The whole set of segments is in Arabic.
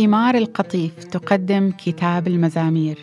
ثمار القطيف تقدم كتاب المزامير.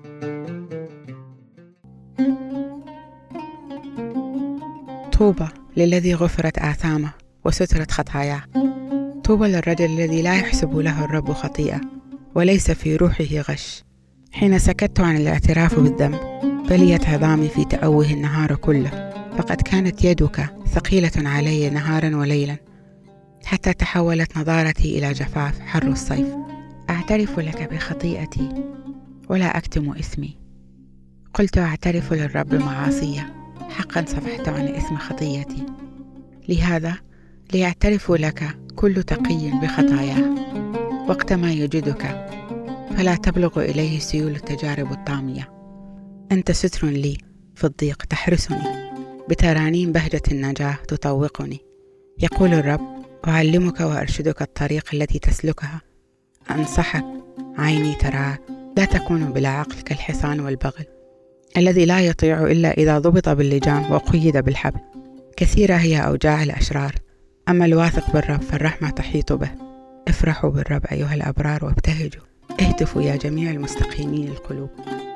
طوبى للذي غفرت آثامه وسترت خطاياه. طوبى للرجل الذي لا يحسب له الرب خطيئة وليس في روحه غش. حين سكت عن الاعتراف بالذنب بليت عظامي في تأوه النهار كله، فقد كانت يدك ثقيلة علي نهارا وليلا، حتى تحولت نضارتي إلى جفاف حر الصيف. أعترف لك بخطيئتي ولا أكتم إثمي. قلت أعترف للرب معاصي، حقا صفحت عن إثم خطيئتي. لهذا ليعترف لك كل تقي بخطاياه، وقتما يجدك فلا تبلغ إليه سيول التجارب الطامية. أنت ستر لي في الضيق تحرسني، بترانيم بهجة النجاة تطوقني. يقول الرب: أعلمك وأرشدك الطريق التي تسلكها، أنصحك عيني تراك. لا تكون بلا عقل كالحصان والبغل الذي لا يطيع إلا إذا ضبط باللجام وقيد بالحبل. كثيرة هي أوجاع الأشرار، أما الواثق بالرب فالرحمة تحيط به. افرحوا بالرب أيها الأبرار وابتهجوا، اهتفوا يا جميع المستقيمين القلوب.